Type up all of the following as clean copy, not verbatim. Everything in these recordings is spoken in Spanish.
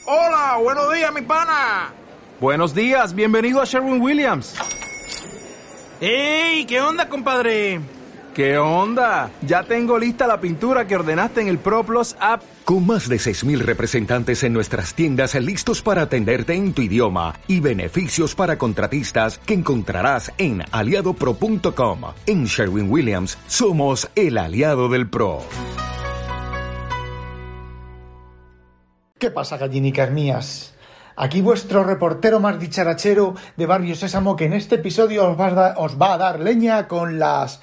Hola, buenos días, mi pana. Buenos días, bienvenido a Sherwin-Williams. ¡Ey! ¿Qué onda, compadre? ¿Qué onda? Ya tengo lista la pintura que ordenaste en el ProPlus app. Con más de 6,000 representantes en nuestras tiendas listos para atenderte en tu idioma y beneficios para contratistas que encontrarás en aliadopro.com. En Sherwin-Williams somos el aliado del pro. ¿Qué pasa, gallinicas mías? Aquí vuestro reportero más dicharachero de Barrio Sésamo, que en este episodio os va a dar leña con las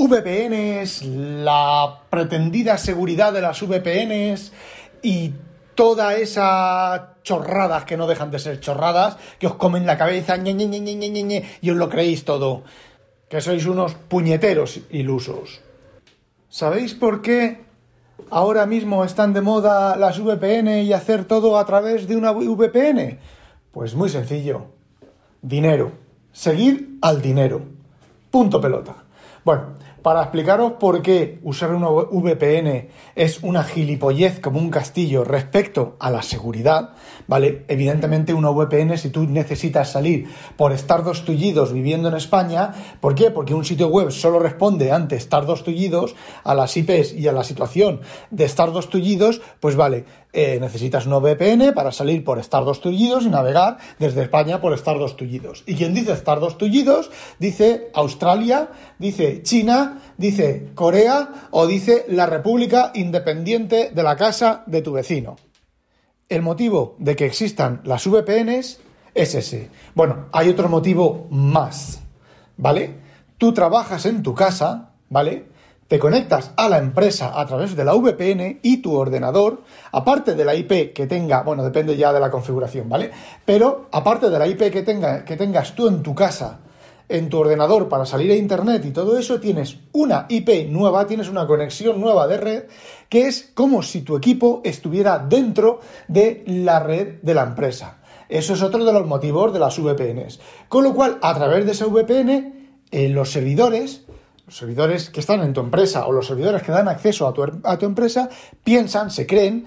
VPNs, la pretendida seguridad de las VPNs y toda esa chorradas que no dejan de ser chorradas, que os comen la cabeza y os lo creéis todo, que sois unos puñeteros ilusos. ¿Sabéis por qué ahora mismo están de moda las VPN y hacer todo a través de una VPN? Pues muy sencillo. Dinero. Seguid al dinero. Punto pelota. Bueno, para explicaros por qué usar una VPN es una gilipollez como un castillo respecto a la seguridad, ¿vale? Evidentemente una VPN, si tú necesitas salir por estardos tullidos viviendo en España, ¿por qué? Porque un sitio web solo responde ante estardos tullidos, a las IPs y a la situación de estardos tullidos, pues vale, necesitas una VPN para salir por estardos tullidos y navegar desde España por estardos tullidos. Y quien dice estardos tullidos, dice Australia, dice China, dice Corea o dice la República Independiente de la casa de tu vecino. El motivo de que existan las VPNs es ese. Bueno, hay otro motivo más, ¿vale? Tú trabajas en tu casa, ¿vale? Te conectas a la empresa a través de la VPN y tu ordenador, aparte de la IP que tenga, bueno, depende ya de la configuración, ¿vale? Pero aparte de la IP que tengas tú en tu casa, en tu ordenador para salir a internet y todo eso, tienes una IP nueva, tienes una conexión nueva de red, que es como si tu equipo estuviera dentro de la red de la empresa. Eso es otro de los motivos de las VPNs. Con lo cual, a través de esa VPN, los servidores que están en tu empresa o los servidores que dan acceso a tu empresa, se creen,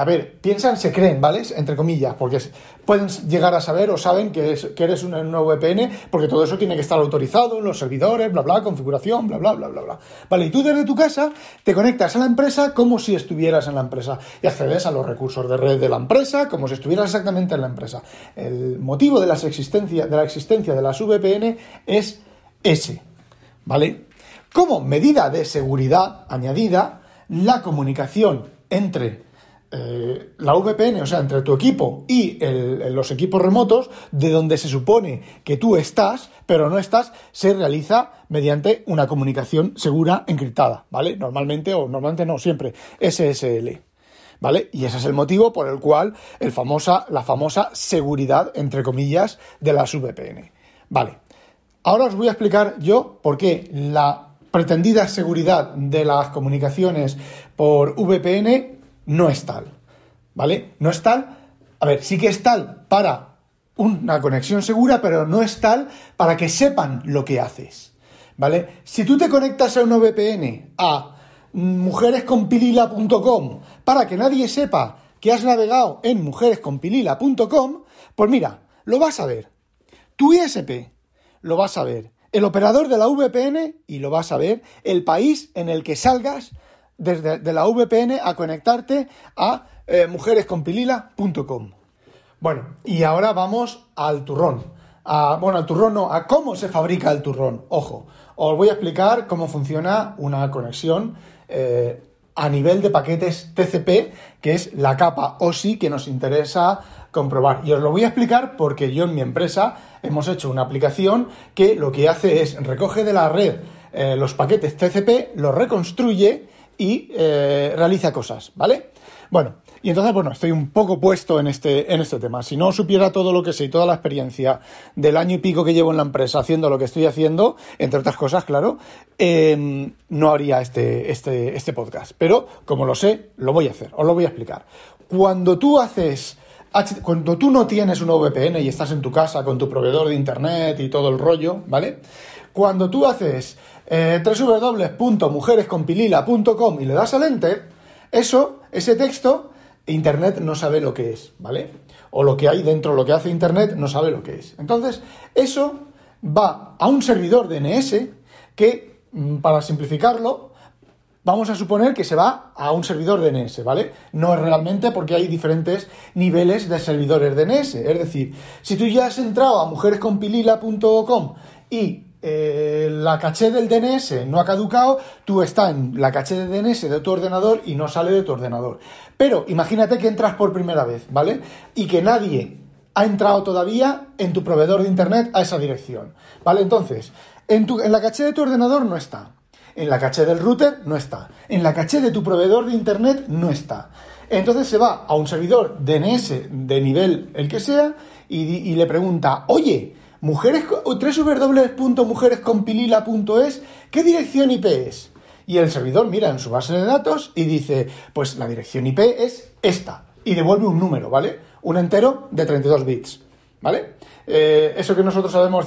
¿vale? Entre comillas, porque pueden llegar a saber o saben que eres una VPN, porque todo eso tiene que estar autorizado en los servidores, bla, bla, configuración, bla, bla, bla, bla, bla. Vale, y tú desde tu casa te conectas a la empresa como si estuvieras en la empresa y accedes a los recursos de red de la empresa como si estuvieras exactamente en la empresa. El motivo de la existencia de las VPN es ese, ¿vale? Como medida de seguridad añadida, la comunicación entre la VPN, o sea, entre tu equipo y los equipos remotos, de donde se supone que tú estás, pero no estás, se realiza mediante una comunicación segura encriptada, ¿vale? Normalmente no, siempre, SSL, ¿vale? Y ese es el motivo por el cual la famosa seguridad, entre comillas, de las VPN. Vale, ahora os voy a explicar yo por qué la pretendida seguridad de las comunicaciones por VPN no es tal, ¿vale? No es tal, sí que es tal para una conexión segura, pero no es tal para que sepan lo que haces, ¿vale? Si tú te conectas a una VPN a mujeresconpilila.com para que nadie sepa que has navegado en mujeresconpilila.com, pues mira, lo vas a ver. Tu ISP lo vas a ver. El operador de la VPN, y lo vas a ver, el país en el que salgas desde de la VPN a conectarte a mujeresconpilila.com. Bueno, y ahora vamos al turrón. A cómo se fabrica el turrón. Ojo, os voy a explicar cómo funciona una conexión a nivel de paquetes TCP, que es la capa OSI que nos interesa comprobar. Y os lo voy a explicar porque yo en mi empresa hemos hecho una aplicación que lo que hace es recoge de la red los paquetes TCP, los reconstruye y realiza cosas, ¿vale? Bueno, y entonces, estoy un poco puesto en este tema. Si no supiera todo lo que sé y toda la experiencia del año y pico que llevo en la empresa haciendo lo que estoy haciendo, entre otras cosas, claro, no haría este podcast. Pero, como lo sé, lo voy a hacer, os lo voy a explicar. Cuando tú no tienes una VPN y estás en tu casa con tu proveedor de internet y todo el rollo, ¿vale? Cuando tú haces www.mujeresconpilila.com y le das al enter, ese texto Internet no sabe lo que es, ¿vale? O lo que hay dentro, lo que hace Internet no sabe lo que es. Entonces, eso va a un servidor DNS que, para simplificarlo, vamos a suponer que se va a un servidor DNS, ¿vale? No es realmente, porque hay diferentes niveles de servidores DNS. Es decir, si tú ya has entrado a mujeresconpilila.com y la caché del DNS no ha caducado, tú estás en la caché de DNS de tu ordenador y no sale de tu ordenador. Pero imagínate que entras por primera vez, ¿vale? Y que nadie ha entrado todavía en tu proveedor de internet a esa dirección, ¿vale? Entonces, en la caché de tu ordenador no está, en la caché del router no está, en la caché de tu proveedor de internet no está. Entonces se va a un servidor DNS de nivel el que sea y le pregunta, oye, www.mujeresconpilila.es, ¿qué dirección IP es? Y el servidor mira en su base de datos y dice, pues la dirección IP es esta, y devuelve un número, ¿vale? Un entero de 32 bits, ¿vale? Eso que nosotros sabemos,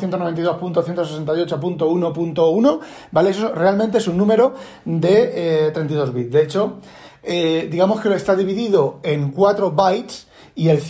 192.168.1.1, ¿vale? Eso realmente es un número de 32 bits. De hecho, digamos que lo está dividido en 4 bytes y el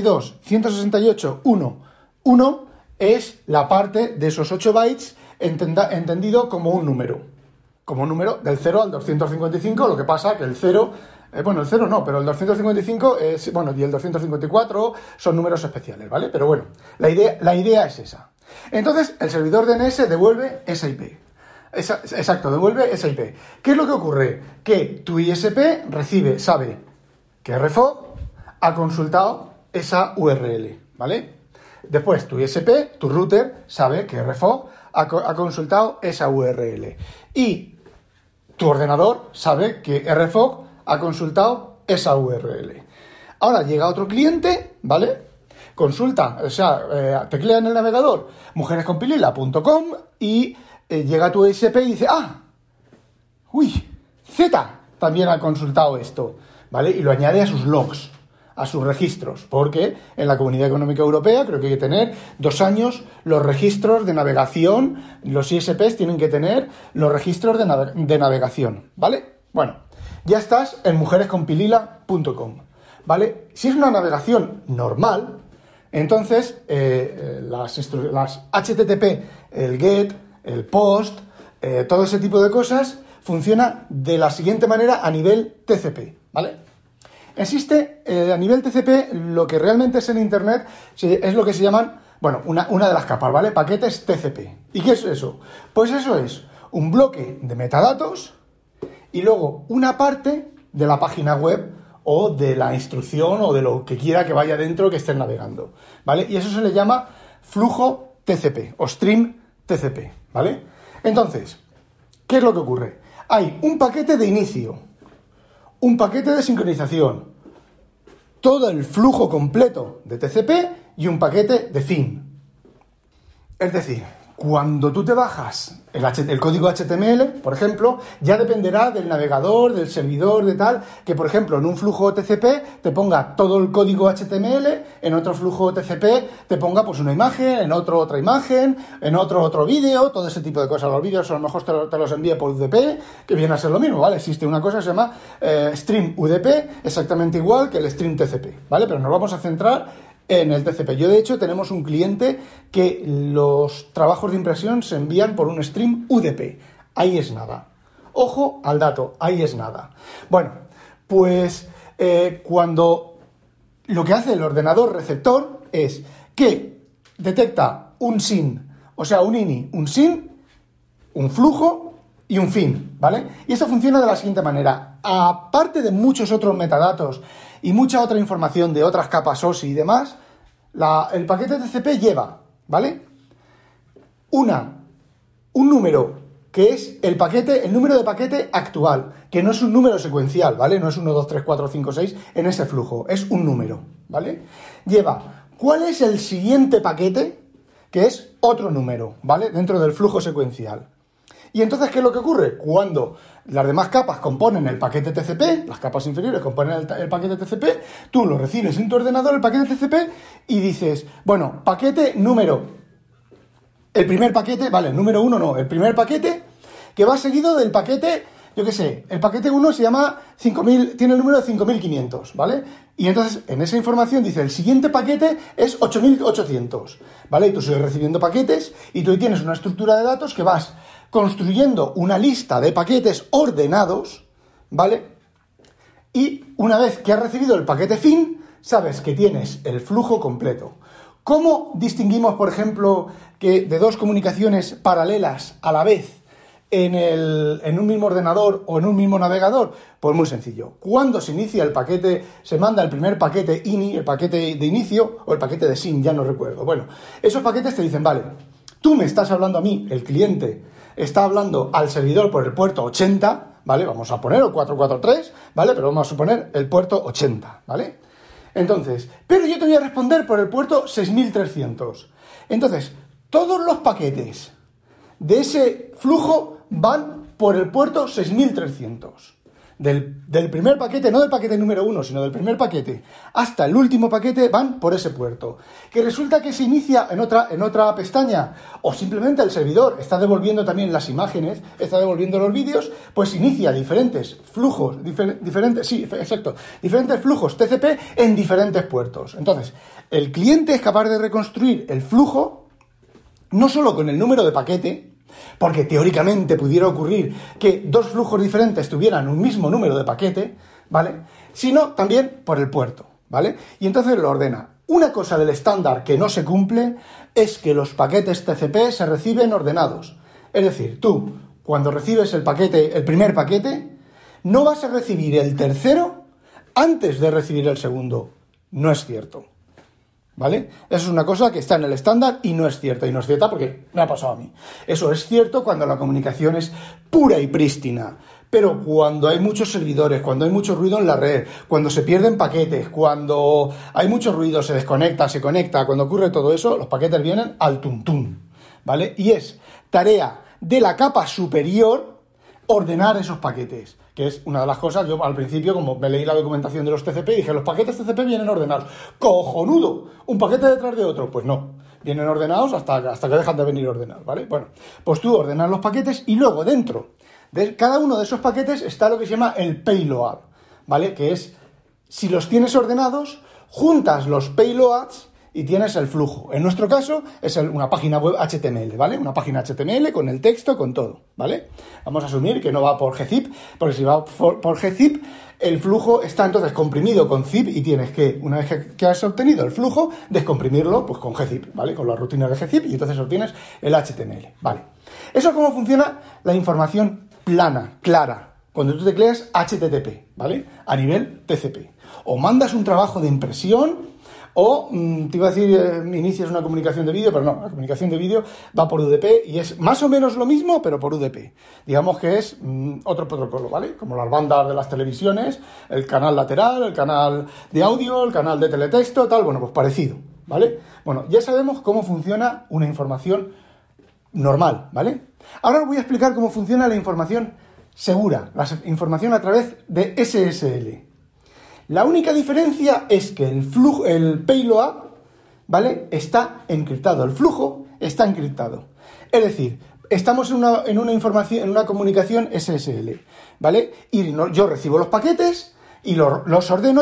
192.168.1.1 es la parte de esos 8 bytes entendido como un número del 0 al 255, lo que pasa que el 0, el 0 no, pero el 255 es, y el 254 son números especiales, ¿vale? Pero bueno, la idea es esa. Entonces, el servidor DNS devuelve esa IP. Exacto, devuelve esa IP. ¿Qué es lo que ocurre? Que tu ISP sabe que RFOG ha consultado esa URL, ¿vale? Después, tu ISP, tu router, sabe que RFOG ha consultado esa URL. Y tu ordenador sabe que RFOG ha consultado esa URL. Ahora llega otro cliente, ¿vale? Consulta, teclea en el navegador mujeresconpilila.com y llega a tu ISP y dice, Z también ha consultado esto, ¿vale? Y lo añade a sus logs, a sus registros, porque en la Comunidad Económica Europea creo que hay que tener 2 años los registros de navegación, los ISPs tienen que tener los registros de navegación, ¿vale? Bueno, ya estás en mujeresconpilila.com, ¿vale? Si es una navegación normal, entonces las HTTP, el GET, el POST, todo ese tipo de cosas funciona de la siguiente manera a nivel TCP, ¿vale? Existe a nivel TCP lo que realmente es en Internet, es lo que se llaman, una de las capas, ¿vale? Paquetes TCP. ¿Y qué es eso? Pues eso es un bloque de metadatos y luego una parte de la página web o de la instrucción o de lo que quiera que vaya dentro que estés navegando, ¿vale? Y eso se le llama flujo TCP o stream TCP, ¿vale? Entonces, ¿qué es lo que ocurre? Hay un paquete de inicio, un paquete de sincronización, todo el flujo completo de TCP y un paquete de fin. Es decir, cuando tú te bajas el código HTML, por ejemplo, ya dependerá del navegador, del servidor, de tal, que por ejemplo en un flujo TCP te ponga todo el código HTML, en otro flujo TCP te ponga pues una imagen, en otro otra imagen, en otro vídeo, todo ese tipo de cosas. Los vídeos a lo mejor te los envía por UDP, que viene a ser lo mismo, ¿vale? Existe una cosa que se llama Stream UDP, exactamente igual que el Stream TCP, ¿vale? Pero nos vamos a centrar en el TCP. Yo, de hecho, tenemos un cliente que los trabajos de impresión se envían por un stream UDP. Ahí es nada. Ojo al dato, ahí es nada. Bueno, pues cuando lo que hace el ordenador receptor es que detecta un SYN, o sea, un INI, un SYN, un flujo y un fin, ¿vale? Y esto funciona de la siguiente manera. Aparte de muchos otros metadatos y mucha otra información de otras capas OSI y demás, el paquete TCP lleva, ¿vale? Un número que es el número de paquete actual, que no es un número secuencial, ¿vale? No es 1, 2, 3, 4, 5, 6 en ese flujo, es un número, ¿vale? Lleva, ¿cuál es el siguiente paquete? Que es otro número, ¿vale? Dentro del flujo secuencial. Y entonces, ¿qué es lo que ocurre? Cuando las demás capas componen el paquete TCP, las capas inferiores componen el paquete TCP, tú lo recibes en tu ordenador, el paquete TCP, y dices, bueno, paquete número, el primer paquete, vale, número 1 no, el primer paquete que va seguido del paquete, yo qué sé, el paquete 1 se llama 5000, tiene el número de 5500, ¿vale? Y entonces en esa información dice, el siguiente paquete es 8800, ¿vale? Y tú sigues recibiendo paquetes y tú tienes una estructura de datos que vas construyendo una lista de paquetes ordenados, ¿vale? Y una vez que has recibido el paquete fin, sabes que tienes el flujo completo. ¿Cómo distinguimos, por ejemplo, que de dos comunicaciones paralelas a la vez en un mismo ordenador o en un mismo navegador? Pues muy sencillo. Cuando se inicia el paquete, se manda el primer paquete INI, el paquete de inicio, o el paquete de SYN, ya no recuerdo. Bueno, esos paquetes te dicen, vale, tú me estás hablando a mí, el cliente está hablando al servidor por el puerto 80, ¿vale? Vamos a poner el 443, ¿vale? Pero vamos a suponer el puerto 80, ¿vale? Entonces, pero yo te voy a responder por el puerto 6300. Entonces, todos los paquetes de ese flujo van por el puerto 6300. Del primer paquete, no del paquete número 1, sino del primer paquete, hasta el último paquete van por ese puerto. Que resulta que se inicia en otra pestaña, o simplemente el servidor está devolviendo también las imágenes, está devolviendo los vídeos, pues inicia diferentes flujos, diferentes flujos TCP en diferentes puertos. Entonces, el cliente es capaz de reconstruir el flujo, no solo con el número de paquete, porque teóricamente pudiera ocurrir que dos flujos diferentes tuvieran un mismo número de paquete, ¿vale? Sino también por el puerto, ¿vale? Y entonces lo ordena. Una cosa del estándar que no se cumple es que los paquetes TCP se reciben ordenados. Es decir, tú, cuando recibes el primer paquete, no vas a recibir el tercero antes de recibir el segundo. No es cierto, ¿vale? Eso es una cosa que está en el estándar y no es cierta. Y no es cierta porque me ha pasado a mí. Eso es cierto cuando la comunicación es pura y prístina. Pero cuando hay muchos servidores, cuando hay mucho ruido en la red, cuando se pierden paquetes, cuando hay mucho ruido, se desconecta, se conecta, cuando ocurre todo eso, los paquetes vienen al tuntum, ¿vale? Y es tarea de la capa superior ordenar esos paquetes, que es una de las cosas. Yo al principio, como me leí la documentación de los TCP, dije, los paquetes TCP vienen ordenados. ¡Cojonudo! ¿Un paquete detrás de otro? Pues no, vienen ordenados hasta que dejan de venir ordenados, ¿vale? Bueno, pues tú ordenas los paquetes y luego dentro de cada uno de esos paquetes está lo que se llama el payload, ¿vale? Que es, si los tienes ordenados, juntas los payloads y tienes el flujo. En nuestro caso es una página web HTML, ¿vale? Una página HTML con el texto, con todo, ¿vale? Vamos a asumir que no va por gzip, porque si va por gzip, el flujo está entonces comprimido con zip y tienes que, una vez que has obtenido el flujo, descomprimirlo pues con gzip, ¿vale? Con la rutina de gzip y entonces obtienes el HTML, ¿vale? Eso es cómo funciona la información plana, clara, cuando tú tecleas HTTP, ¿vale? A nivel TCP. O mandas un trabajo de impresión, o te iba a decir, inicias una comunicación de vídeo, pero no, la comunicación de vídeo va por UDP y es más o menos lo mismo, pero por UDP. Digamos que es otro protocolo, ¿vale? Como las bandas de las televisiones, el canal lateral, el canal de audio, el canal de teletexto, tal, bueno, pues parecido, ¿vale? Bueno, ya sabemos cómo funciona una información normal, ¿vale? Ahora os voy a explicar cómo funciona la información segura, la información a través de SSL. La única diferencia es que el payload, ¿vale?, está encriptado, el flujo está encriptado. Es decir, estamos en una comunicación SSL, ¿vale? Y yo recibo los paquetes y los ordeno,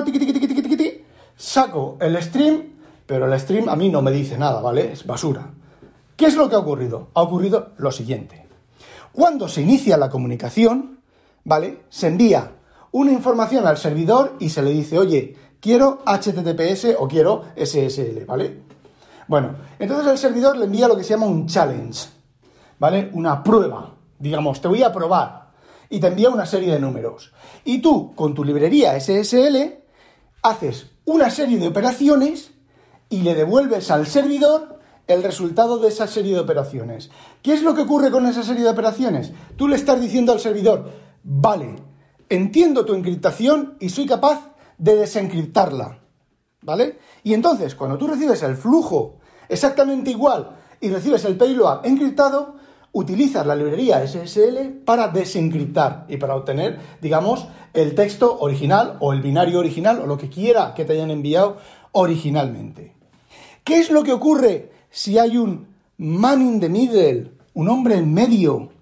saco el stream, pero el stream a mí no me dice nada, ¿vale? Es basura. ¿Qué es lo que ha ocurrido? Ha ocurrido lo siguiente. Cuando se inicia la comunicación, ¿vale?, se envía una información al servidor y se le dice, oye, quiero HTTPS o quiero SSL, ¿vale? Bueno, entonces el servidor le envía lo que se llama un challenge, ¿vale? Una prueba, digamos, te voy a probar, y te envía una serie de números. Y tú, con tu librería SSL, haces una serie de operaciones y le devuelves al servidor el resultado de esa serie de operaciones. ¿Qué es lo que ocurre con esa serie de operaciones? Tú le estás diciendo al servidor, vale, entiendo tu encriptación y soy capaz de desencriptarla, ¿vale? Y entonces, cuando tú recibes el flujo exactamente igual y recibes el payload encriptado, utilizas la librería SSL para desencriptar y para obtener, digamos, el texto original o el binario original o lo que quiera que te hayan enviado originalmente. ¿Qué es lo que ocurre si hay un man in the middle, un hombre en medio,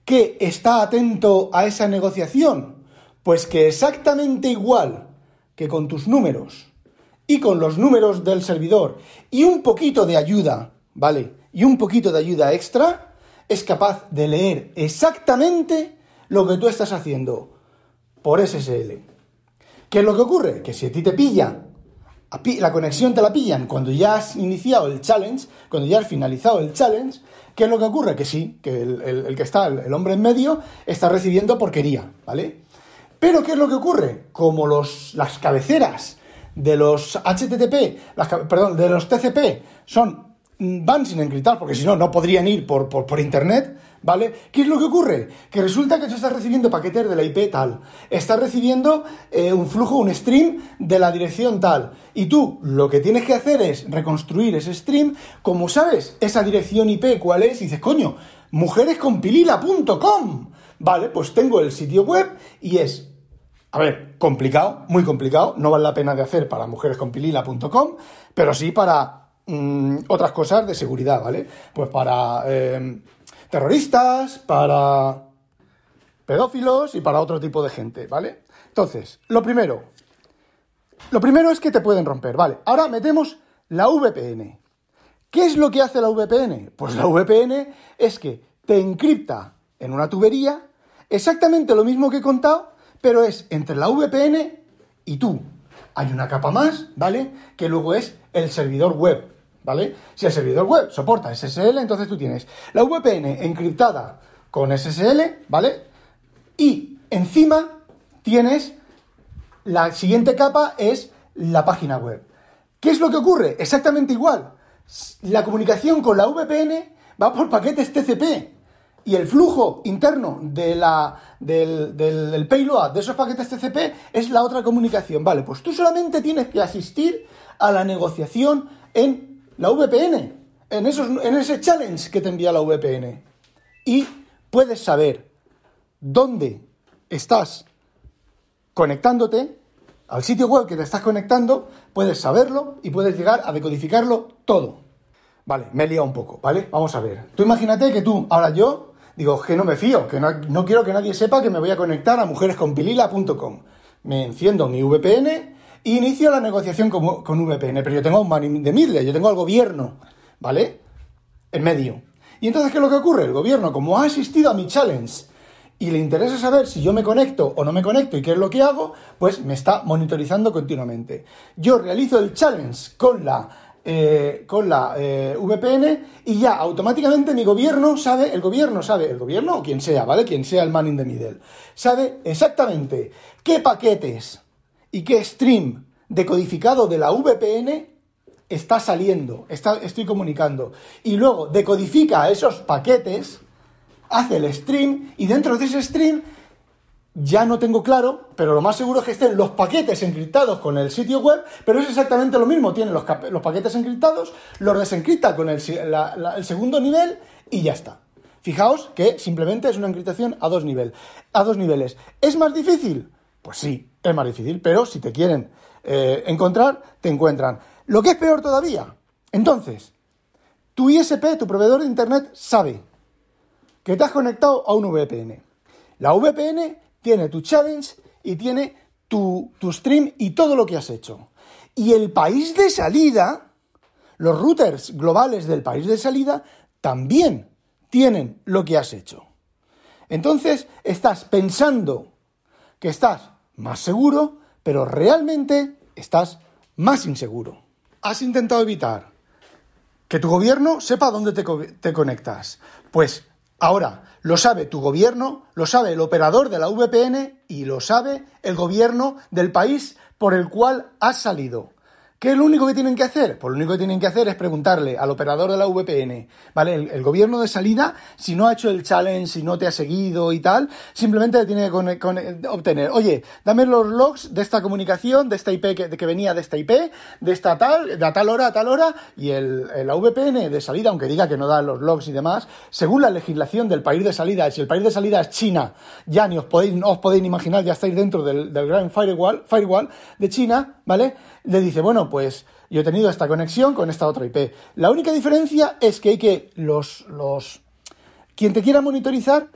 que está atento a esa negociación? Pues que exactamente igual que con tus números y con los números del servidor y un poquito de ayuda, ¿vale? Y un poquito de ayuda extra, es capaz de leer exactamente lo que tú estás haciendo por SSL. ¿Qué es lo que ocurre? Que si a ti te pilla, la conexión te la pillan cuando ya has iniciado el challenge, cuando ya has finalizado el challenge, ¿qué es lo que ocurre? Que sí, que el que está, el hombre en medio, está recibiendo porquería, ¿vale? Pero ¿qué es lo que ocurre? Como las cabeceras de los HTTP, de los TCP van sin encriptar, porque si no, no podrían ir por internet, ¿vale? ¿Qué es lo que ocurre? Que resulta que tú estás recibiendo paquetes de la IP tal, estás recibiendo un flujo, un stream de la dirección tal, y tú lo que tienes que hacer es reconstruir ese stream, como sabes esa dirección IP cuál es, y dices, coño, mujeresconpilila.com, ¿vale? Pues tengo el sitio web y es, a ver, complicado, muy complicado, no vale la pena de hacer para mujeresconpilila.com, pero sí para otras cosas de seguridad, ¿vale? Pues para terroristas, para pedófilos y para otro tipo de gente, ¿vale? Entonces, lo primero es que te pueden romper, ¿vale? Ahora metemos la VPN. ¿Qué es lo que hace la VPN? Pues la VPN es que te encripta en una tubería exactamente lo mismo que he contado, pero es entre la VPN y tú. Hay una capa más, ¿vale? Que luego es el servidor web, ¿vale? Si el servidor web soporta SSL, entonces tú tienes la VPN encriptada con SSL, ¿vale? Y encima tienes la siguiente capa, es la página web. ¿Qué es lo que ocurre? Exactamente igual. La comunicación con la VPN va por paquetes TCP y el flujo interno del payload de esos paquetes TCP es la otra comunicación. Vale, pues tú solamente tienes que asistir a la negociación en la VPN, en ese challenge que te envía la VPN. Y puedes saber dónde estás conectándote, al sitio web que te estás conectando, puedes saberlo y puedes llegar a decodificarlo todo. Vale, me he liado un poco, ¿vale? Vamos a ver. Tú imagínate que ahora yo digo que no me fío, que no quiero que nadie sepa que me voy a conectar a mujeresconpilila.com. Me enciendo mi VPN e inicio la negociación con VPN, pero yo tengo un man in the middle, yo tengo al gobierno, ¿vale? En medio. Y entonces, ¿qué es lo que ocurre? El gobierno, como ha asistido a mi challenge y le interesa saber si yo me conecto o no me conecto y qué es lo que hago, pues me está monitorizando continuamente. Yo realizo el challenge con la VPN y ya automáticamente el gobierno o quien sea, ¿vale? Quien sea el man in the middle, sabe exactamente qué paquetes y qué stream decodificado de la VPN está saliendo, estoy comunicando, y luego decodifica esos paquetes, hace el stream, y dentro de ese stream ya no tengo claro, pero lo más seguro es que estén los paquetes encriptados con el sitio web, pero es exactamente lo mismo, tienen los paquetes encriptados, los desencripta con el segundo nivel y ya está. Fijaos que simplemente es una encriptación a dos niveles. ¿Es más difícil? Pues sí, es más difícil, pero si te quieren encontrar, te encuentran. Lo que es peor todavía, entonces, tu ISP, tu proveedor de internet, sabe que te has conectado a un VPN. La VPN tiene tu challenge y tiene tu stream y todo lo que has hecho. Y el país de salida, los routers globales del país de salida, también tienen lo que has hecho. Entonces, estás pensando que estás más seguro, pero realmente estás más inseguro. Has intentado evitar que tu gobierno sepa dónde te conectas. Pues ahora lo sabe tu gobierno, lo sabe el operador de la VPN y lo sabe el gobierno del país por el cual has salido. ¿Qué es lo único que tienen que hacer? Pues lo único que tienen que hacer es preguntarle al operador de la VPN, ¿vale? El gobierno de salida, si no ha hecho el challenge, si no te ha seguido y tal, simplemente le tiene que obtener, oye, dame los logs de esta comunicación, de esta IP que venía de esta IP, de esta tal, de a tal hora, y la VPN de salida, aunque diga que no da los logs y demás, según la legislación del país de salida, si el país de salida es China, ya ni os podéis imaginar, ya estáis dentro del gran firewall de China, ¿vale? Le dice, bueno, pues yo he tenido esta conexión con esta otra IP. La única diferencia es que quien te quiera monitorizar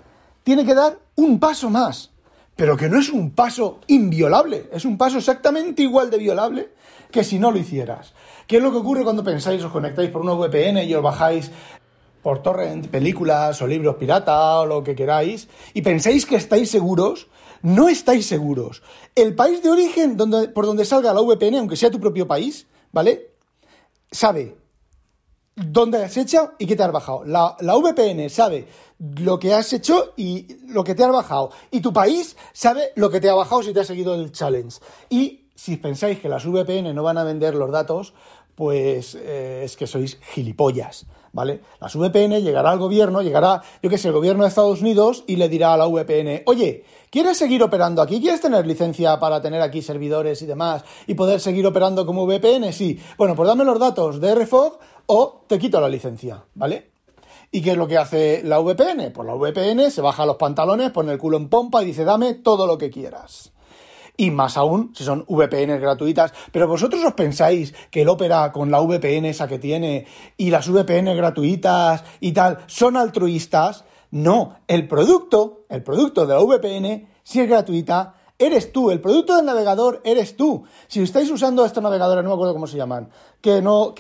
tiene que dar un paso más, pero que no es un paso inviolable, es un paso exactamente igual de violable que si no lo hicieras. ¿Qué es lo que ocurre cuando pensáis, os conectáis por una VPN y os bajáis por torrent, películas o libros pirata o lo que queráis, y pensáis que estáis seguros? No estáis seguros. El país de origen por donde salga la VPN, aunque sea tu propio país, ¿vale?, sabe dónde has hecho y qué te has bajado. La VPN sabe lo que has hecho y lo que te has bajado. Y tu país sabe lo que te ha bajado si te ha seguido el challenge. Y si pensáis que las VPN no van a vender los datos, pues es que sois gilipollas, ¿vale? Las VPN llegará al gobierno, yo qué sé, el gobierno de Estados Unidos y le dirá a la VPN, oye, ¿quieres seguir operando aquí? ¿Quieres tener licencia para tener aquí servidores y demás y poder seguir operando como VPN? Sí. Bueno, pues dame los datos de RFOG o te quito la licencia, ¿vale? ¿Y qué es lo que hace la VPN? Pues la VPN se baja los pantalones, pone el culo en pompa y dice, dame todo lo que quieras. Y más aún si son VPNs gratuitas. Pero vosotros os pensáis que el Opera con la VPN esa que tiene y las VPN gratuitas y tal son altruistas. No, el producto de la VPN, si es gratuita, eres tú. El producto del navegador eres tú. Si estáis usando estos navegadores, no me acuerdo cómo se llaman, que no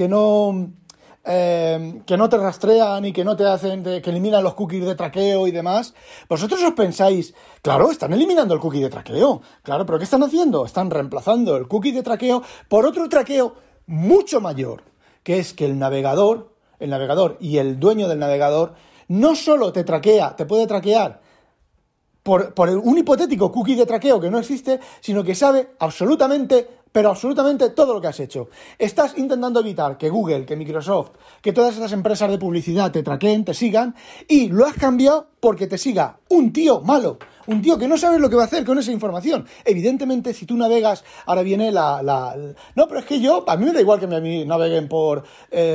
te rastrean y que no te hacen, que eliminan los cookies de traqueo y demás, vosotros os pensáis, claro, están eliminando el cookie de traqueo, claro, pero ¿qué están haciendo? Están reemplazando el cookie de traqueo por otro traqueo mucho mayor, que es que el navegador y el dueño del navegador no solo te puede traquear por un hipotético cookie de traqueo que no existe, sino que sabe pero absolutamente todo lo que has hecho. Estás intentando evitar que Google, que Microsoft, que todas estas empresas de publicidad te traqueen, te sigan, y lo has cambiado porque te siga un tío malo, un tío que no sabes lo que va a hacer con esa información. Evidentemente, si tú navegas, ahora viene no, pero es que a mí me da igual que me naveguen por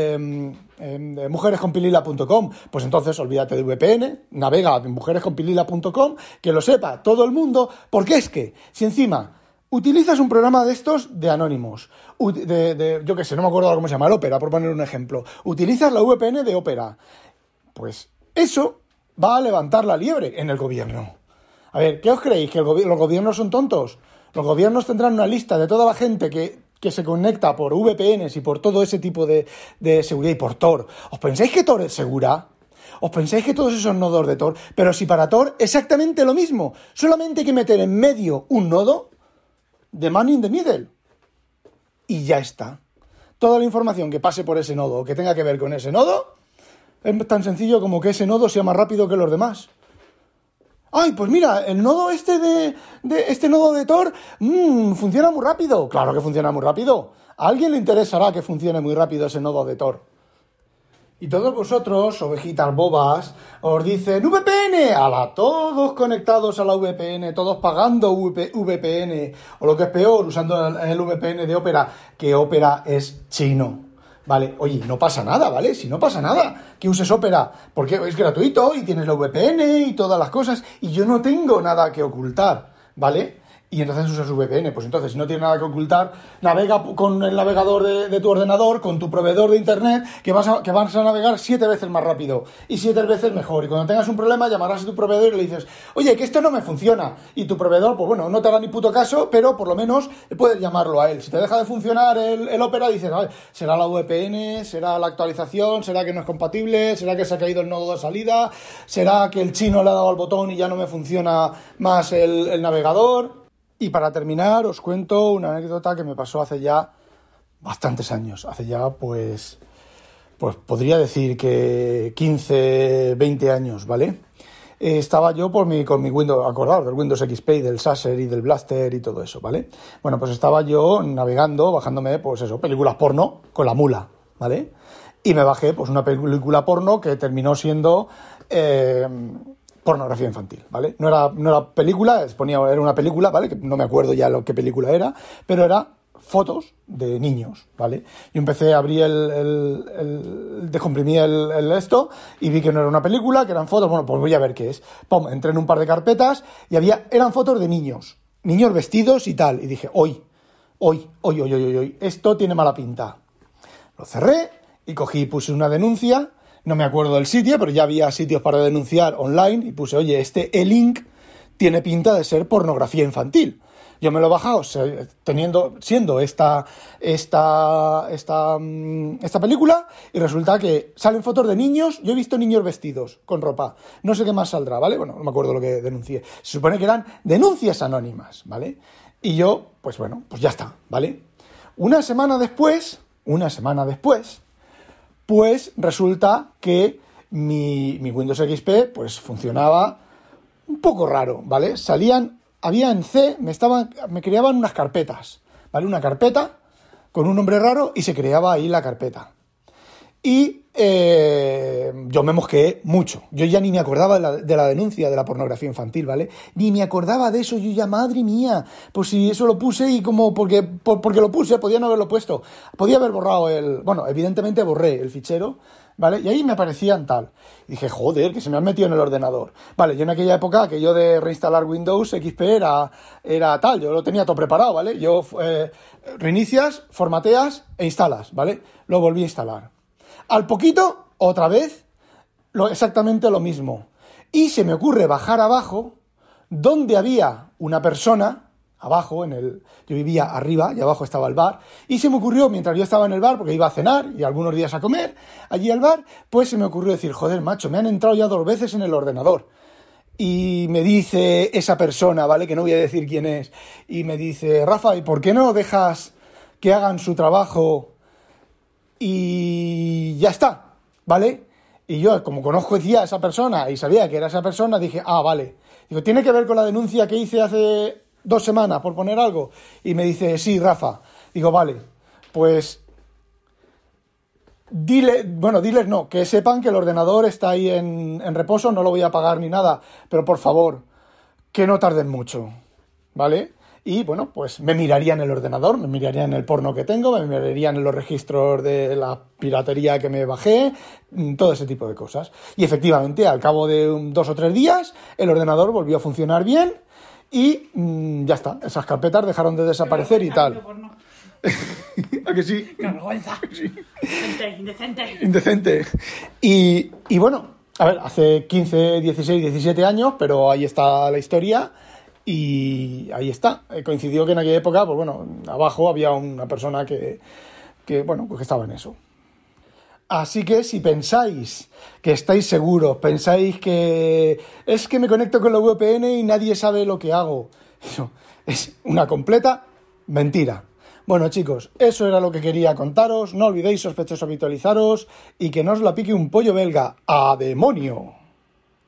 mujeresconpilila.com, pues entonces olvídate de VPN, navega en mujeresconpilila.com, que lo sepa todo el mundo, porque es que, si encima utilizas un programa de estos de anónimos, yo qué sé, no me acuerdo cómo se llama, el Opera, por poner un ejemplo, utilizas la VPN de Opera, pues eso va a levantar la liebre en el gobierno. A ver, ¿qué os creéis? ¿Que los gobiernos son tontos? Los gobiernos tendrán una lista de toda la gente que se conecta por VPNs y por todo ese tipo de seguridad y por Tor. ¿Os pensáis que Tor es segura? ¿Os pensáis que todos esos nodos de Tor? Pero si para Tor exactamente lo mismo, solamente hay que meter en medio un nodo de man in the middle y ya está. Toda la información que pase por ese nodo o que tenga que ver con ese nodo es tan sencillo como que ese nodo sea más rápido que los demás. Ay, pues mira, el nodo este nodo de Tor funciona muy rápido. Claro que funciona muy rápido. ¿A alguien le interesará que funcione muy rápido ese nodo de Tor? Y todos vosotros, ovejitas bobas, os dicen VPN, todos conectados a la VPN, todos pagando VPN, o lo que es peor, usando el VPN de Opera, que Opera es chino. Vale, oye, no pasa nada, ¿vale? Si no pasa nada que uses Opera, porque es gratuito y tienes la VPN y todas las cosas, y yo no tengo nada que ocultar, ¿vale? Y entonces usas VPN, pues entonces si no tienes nada que ocultar, navega con el navegador de tu ordenador, con tu proveedor de internet, que vas a navegar 7 veces más rápido y 7 veces mejor. Y cuando tengas un problema llamarás a tu proveedor y le dices, oye, que esto no me funciona. Y tu proveedor, pues bueno, no te hará ni puto caso, pero por lo menos puedes llamarlo a él. Si te deja de funcionar el Opera, dices, a ver, será la VPN, será la actualización, será que no es compatible, será que se ha caído el nodo de salida, será que el chino le ha dado al botón y ya no me funciona más el navegador. Y para terminar, os cuento una anécdota que me pasó hace ya bastantes años. Hace ya, pues podría decir que 15, 20 años, ¿vale? Estaba yo con mi Windows, acordaos, del Windows XP y del Saser y del Blaster y todo eso, ¿vale? Bueno, pues estaba yo navegando, bajándome, pues eso, películas porno con la mula, ¿vale? Y me bajé, pues una película porno que terminó siendo pornografía infantil, ¿vale? No era película, era una película, ¿vale? Que no me acuerdo ya qué película era, pero era fotos de niños, ¿vale? Yo empecé a abrir descomprimí esto y vi que no era una película, que eran fotos, bueno, pues voy a ver qué es. Pum, entré en un par de carpetas y eran fotos de niños vestidos y tal, y dije, hoy, esto tiene mala pinta. Lo cerré y puse una denuncia. no me acuerdo del sitio, pero ya había sitios para denunciar online y puse, oye, este e-link tiene pinta de ser pornografía infantil. Yo me lo he bajado siendo esta película, y resulta que salen fotos de niños. Yo he visto niños vestidos con ropa. No sé qué más saldrá, ¿vale? Bueno, no me acuerdo lo que denuncié. Se supone que eran denuncias anónimas, ¿vale? Y yo, pues bueno, pues ya está, ¿vale? Una semana después, pues resulta que mi Windows XP pues funcionaba un poco raro, ¿vale? Había en C, me creaban unas carpetas, ¿vale? Una carpeta con un nombre raro y se creaba ahí la carpeta. Y yo me mosqueé mucho. Yo ya ni me acordaba de la denuncia de la pornografía infantil, ¿vale? Ni me acordaba de eso. Yo ya, madre mía, pues si eso lo puse y como porque lo puse, podía no haberlo puesto. Podía haber borrado bueno, evidentemente borré el fichero, ¿vale? Y ahí me aparecían tal. Y dije, joder, que se me han metido en el ordenador. Vale, yo en aquella época, aquello de reinstalar Windows XP era tal, yo lo tenía todo preparado, ¿vale? Yo reinicias, formateas e instalas, ¿vale? Lo volví a instalar. Al poquito, otra vez, exactamente lo mismo. Y se me ocurre bajar abajo, donde había una persona, abajo, yo vivía arriba y abajo estaba el bar, y se me ocurrió, mientras yo estaba en el bar, porque iba a cenar y algunos días a comer, allí al bar, pues se me ocurrió decir, joder, macho, me han entrado ya 2 veces en el ordenador. Y me dice esa persona, ¿vale? Que no voy a decir quién es, y me dice, Rafa, ¿y por qué no dejas que hagan su trabajo y ya está, ¿vale? Y yo, como conozco ya a esa persona y sabía que era esa persona, dije, vale. Digo, ¿tiene que ver con la denuncia que hice hace 2 semanas, por poner algo? Y me dice, sí, Rafa. Digo, vale, pues diles no, que sepan que el ordenador está ahí en reposo, no lo voy a apagar ni nada, pero por favor, que no tarden mucho, ¿vale? Y bueno, pues me mirarían el ordenador, me mirarían el porno que tengo, me mirarían en los registros de la piratería que me bajé, todo ese tipo de cosas. Y efectivamente, al cabo de 2 o 3 días, el ordenador volvió a funcionar bien y ya está, esas carpetas dejaron de desaparecer y tal. ¿A que sí? ¡Qué vergüenza! Sí. Indecente. Y bueno, a ver, hace 15, 16, 17 años, pero ahí está la historia. Y ahí está. Coincidió que en aquella época, pues bueno, abajo había una persona que bueno, pues que estaba en eso. Así que si pensáis que estáis seguros, pensáis que es que me conecto con la VPN y nadie sabe lo que hago, eso es una completa mentira. Bueno, chicos, eso era lo que quería contaros. No olvidéis, sospechosos, habitualizaros y que no os la pique un pollo belga. ¡A demonio!